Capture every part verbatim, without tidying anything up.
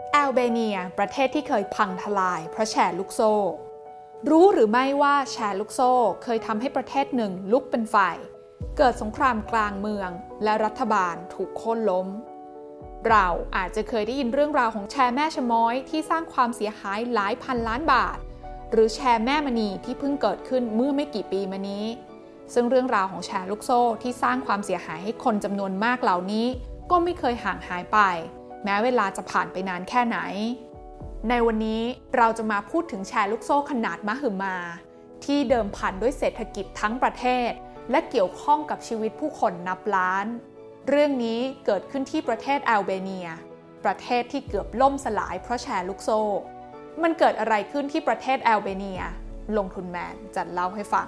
แอลเบเนียประเทศที่เคยพังทลายเพราะแชร์ลูกโซ่รู้หรือไม่ว่าแชร์ลูกโซ่เคยทำให้ประเทศหนึ่งลุกเป็นไฟเกิดสงครามกลางเมืองและรัฐบาลถูกโค่นล้มเราอาจจะเคยได้ยินเรื่องราวของแชร์แม่ชะม้อยที่สร้างความเสียหายหลายพันล้านบาทหรือแชร์แม่มณีที่เพิ่งเกิดขึ้นเมื่อไม่กี่ปีมานี้ซึ่งเรื่องราวของแชร์ลูกโซ่ที่สร้างความเสียหายให้คนจำนวนมากเหล่านี้ก็ไม่เคยห่างหายไปแม้เวลาจะผ่านไปนานแค่ไหนในวันนี้เราจะมาพูดถึงแชร์ลูกโซ่ขนาดมหึมาที่เดิมพันด้วยเศรษฐกิจทั้งประเทศและเกี่ยวข้องกับชีวิตผู้คนนับล้านเรื่องนี้เกิดขึ้นที่ประเทศแอลเบเนียประเทศที่เกือบล่มสลายเพราะแชร์ลูกโซ่มันเกิดอะไรขึ้นที่ประเทศแอลเบเนียลงทุนแมนจะเล่าให้ฟัง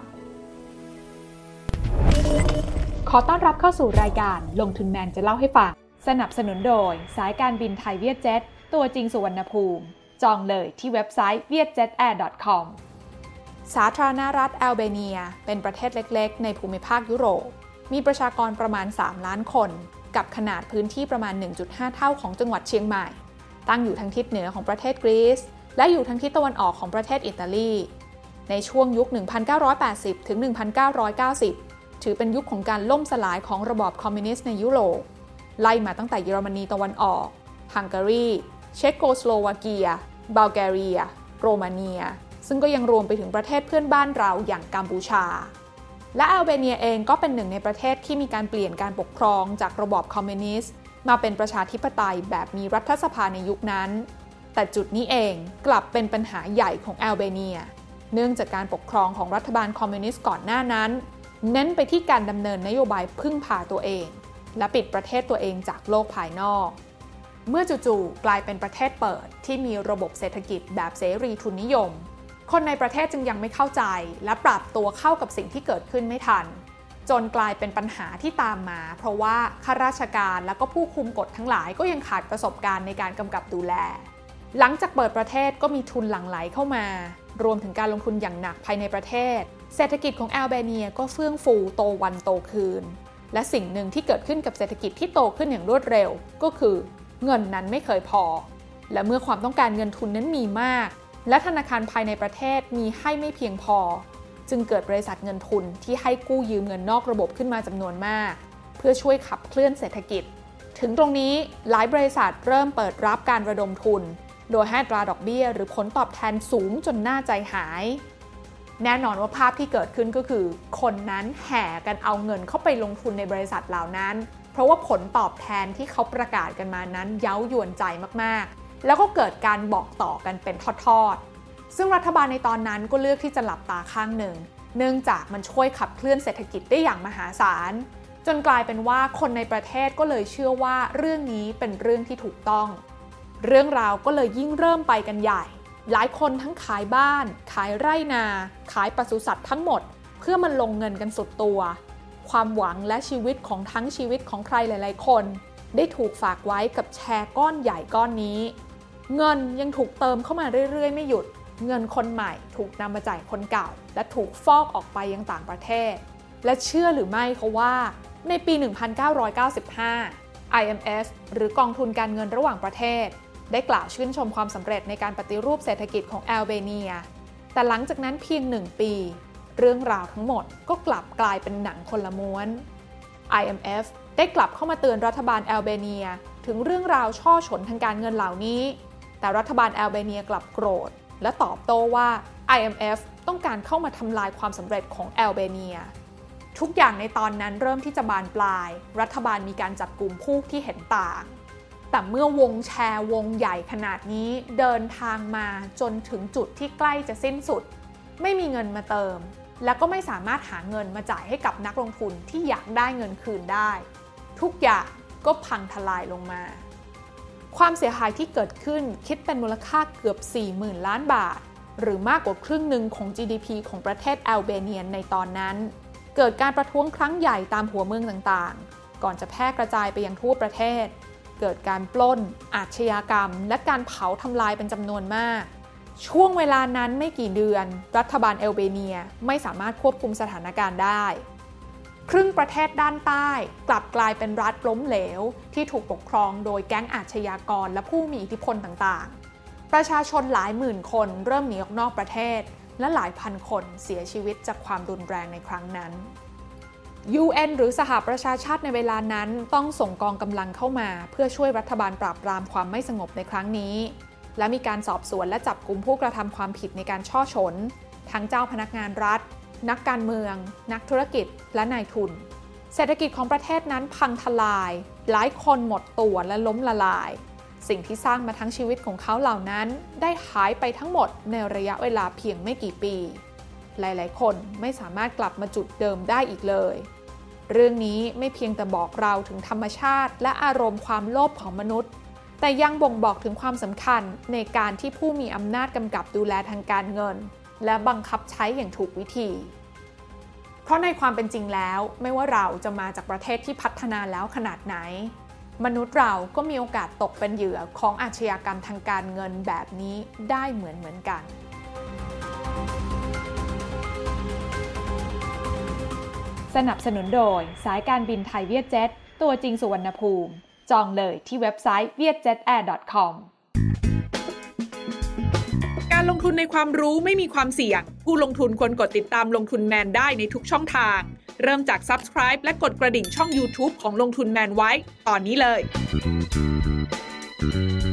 ขอต้อนรับเข้าสู่รายการลงทุนแมนจะเล่าให้ฟังสนับสนุนโดยสายการบินไทยเวียดเจ็ตตัวจริงสุวรรณภูมิจองเลยที่เว็บไซต์ วียดเจ็ตแอร์ ดอท คอม สาธารณรัฐแอลเบเนียเป็นประเทศเล็กๆในภูมิภาคยุโรปมีประชากรประมาณสามล้านคนกับขนาดพื้นที่ประมาณ หนึ่งจุดห้า เท่าของจังหวัดเชียงใหม่ตั้งอยู่ทางทิศเหนือของประเทศกรีซและอยู่ทางทิศตะวันออกของประเทศอิตาลีในช่วงยุค หนึ่งพันเก้าร้อยแปดสิบ ถึง หนึ่งพันเก้าร้อยเก้าสิบ ถือเป็นยุคของการล่มสลายของระบอบคอมมิวนิสต์ในยุโรปไล่มาตั้งแต่เยอรมนีตะวันออกฮังการีเช็กโกสโลวาเกียบัลแกเรียโรมาเนียซึ่งก็ยังรวมไปถึงประเทศเพื่อนบ้านเราอย่างกัมพูชาและแอลเบเนียเองก็เป็นหนึ่งในประเทศที่มีการเปลี่ยนการปกครองจากระบอบคอมมิวนิสต์มาเป็นประชาธิปไตยแบบมีรัฐสภาในยุคนั้นแต่จุดนี้เองกลับเป็นปัญหาใหญ่ของแอลเบเนียเนื่องจากการปกครองของรัฐบาลคอมมิวนิสต์ก่อนหน้านั้นเน้นไปที่การดำเนินนโยบายพึ่งพาตัวเองและปิดประเทศตัวเองจากโลกภายนอกเมื่อจู่ๆกลายเป็นประเทศเปิดที่มีระบบเศรษฐกิจแบบเสรีทุนนิยมคนในประเทศจึงยังไม่เข้าใจและปรับตัวเข้ากับสิ่งที่เกิดขึ้นไม่ทันจนกลายเป็นปัญหาที่ตามมาเพราะว่าข้าราชการและก็ผู้คุมกฎทั้งหลายก็ยังขาดประสบการณ์ในการกำกับดูแลหลังจากเปิดประเทศก็มีทุนหลั่งไหลเข้ามารวมถึงการลงทุนอย่างหนักภายในประเทศเศรษฐกิจของแอลเบเนียก็เฟื่องฟูโตวันโตคืนและสิ่งหนึ่งที่เกิดขึ้นกับเศรษฐกิจที่โตขึ้นอย่างรวดเร็วก็คือเงินนั้นไม่เคยพอและเมื่อความต้องการเงินทุนนั้นมีมากและธนาคารภายในประเทศมีให้ไม่เพียงพอจึงเกิดบริษัทเงินทุนที่ให้กู้ยืมเงินนอกระบบขึ้นมาจำนวนมากเพื่อช่วยขับเคลื่อนเศรษฐกิจถึงตรงนี้หลายบริษัทเริ่มเปิดรับการระดมทุนโดยให้อัตราดอกเบี้ยหรือผลตอบแทนสูงจนน่าใจหายแน่นอนว่าภาพที่เกิดขึ้นก็คือคนนั้นแห่กันเอาเงินเข้าไปลงทุนในบริษัทเหล่านั้นเพราะว่าผลตอบแทนที่เขาประกาศกันมานั้นเย้ายวนใจมากๆแล้วก็เกิดการบอกต่อกันเป็นทอดๆซึ่งรัฐบาลในตอนนั้นก็เลือกที่จะหลับตาข้างหนึ่งเนื่องจากมันช่วยขับเคลื่อนเศรษฐกิจได้อย่างมหาศาลจนกลายเป็นว่าคนในประเทศก็เลยเชื่อว่าเรื่องนี้เป็นเรื่องที่ถูกต้องเรื่องราวก็เลยยิ่งเริ่มไปกันใหญ่หลายคนทั้งขายบ้านขายไร่นาขายปศุสัตว์ทั้งหมดเพื่อมันลงเงินกันสุดตัวความหวังและชีวิตของทั้งชีวิตของใครหลายๆคนได้ถูกฝากไว้กับแชร์ก้อนใหญ่ก้อนนี้เงินยังถูกเติมเข้ามาเรื่อยๆไม่หยุดเงินคนใหม่ถูกนำมาจ่ายคนเก่าและถูกฟอกออกไปยังต่างประเทศและเชื่อหรือไม่เขาว่าในปี หนึ่งพันเก้าร้อยเก้าสิบห้า ไอ เอ็ม เอฟ หรือกองทุนการเงินระหว่างประเทศได้กล่าวชื่นชมความสำเร็จในการปฏิรูปเศรษฐกิจของแอลเบเนียแต่หลังจากนั้นเพียงหนึ่งปีเรื่องราวทั้งหมดก็กลับกลายเป็นหนังคนละม้วน ไอ เอ็ม เอฟ ได้กลับเข้ามาเตือนรัฐบาลแอลเบเนียถึงเรื่องราวช่อฉนทางการเงินเหล่านี้แต่รัฐบาลแอลเบเนียกลับโกรธและตอบโต้ว่า ไอ เอ็ม เอฟ ต้องการเข้ามาทำลายความสำเร็จของแอลเบเนียทุกอย่างในตอนนั้นเริ่มที่จะบานปลายรัฐบาลมีการจับกลุ่มผู้ที่เห็นต่างแต่เมื่อวงแชร์วงใหญ่ขนาดนี้เดินทางมาจนถึงจุดที่ใกล้จะสิ้นสุดไม่มีเงินมาเติมและก็ไม่สามารถหาเงินมาจ่ายให้กับนักลงทุนที่อยากได้เงินคืนได้ทุกอย่างก็พังทลายลงมาความเสียหายที่เกิดขึ้นคิดเป็นมูลค่าเกือบ สี่หมื่น ล้านบาทหรือมากกว่าครึ่งหนึ่งของ จี ดี พี ของประเทศแอลเบเนียในตอนนั้นเกิดการประท้วงครั้งใหญ่ตามหัวเมืองต่างๆก่อนจะแพร่กระจายไปยังทั่วประเทศเกิดการปล้นอาชญากรรมและการเผาทำลายเป็นจำนวนมากช่วงเวลานั้นไม่กี่เดือนรัฐบาลแอลเบเนียไม่สามารถควบคุมสถานการณ์ได้ครึ่งประเทศด้านใต้กลับกลายเป็นรัฐล้มเหลวที่ถูกปกครองโดยแก๊งอาชญากรและผู้มีอิทธิพลต่างๆประชาชนหลายหมื่นคนเริ่มหนีออกนอกประเทศและหลายพันคนเสียชีวิตจากความรุนแรงในครั้งนั้น ยู เอ็น หรือสหประชาชาติในเวลานั้นต้องส่งกองกำลังเข้ามาเพื่อช่วยรัฐบาลปราบปรามความไม่สงบในครั้งนี้และมีการสอบสวนและจับกุมผู้กระทำความผิดในการช่อฉนทั้งเจ้าพนักงานรัฐนักการเมืองนักธุรกิจและนายทุนเศรษฐกิจของประเทศนั้นพังทลายหลายคนหมดตัวและล้มละลายสิ่งที่สร้างมาทั้งชีวิตของเขาเหล่านั้นได้หายไปทั้งหมดในระยะเวลาเพียงไม่กี่ปีหลายๆคนไม่สามารถกลับมาจุดเดิมได้อีกเลยเรื่องนี้ไม่เพียงแต่บอกเราถึงธรรมชาติและอารมณ์ความโลภของมนุษย์แต่ยังบ่งบอกถึงความสำคัญในการที่ผู้มีอำนาจกำกับดูแลทางการเงินและบังคับใช้อย่างถูกวิธีเพราะในความเป็นจริงแล้วไม่ว่าเราจะมาจากประเทศที่พัฒนาแล้วขนาดไหนมนุษย์เราก็มีโอกาสตกเป็นเหยื่อของอาชญากรรมทางการเงินแบบนี้ได้เหมือนเหมือนกันสนับสนุนโดยสายการบินไทยเวียดเจ็ตตัวจริงสุวรรณภูมิจองเลยที่เว็บไซต์ วียดเจ็ตแอร์ ดอท คอม การลงทุนในความรู้ไม่มีความเสี่ยงผู้ลงทุนควรกดติดตามลงทุนแมนได้ในทุกช่องทางเริ่มจาก Subscribe และกดกระดิ่งช่อง YouTube ของลงทุนแมนไว้ตอนนี้เลย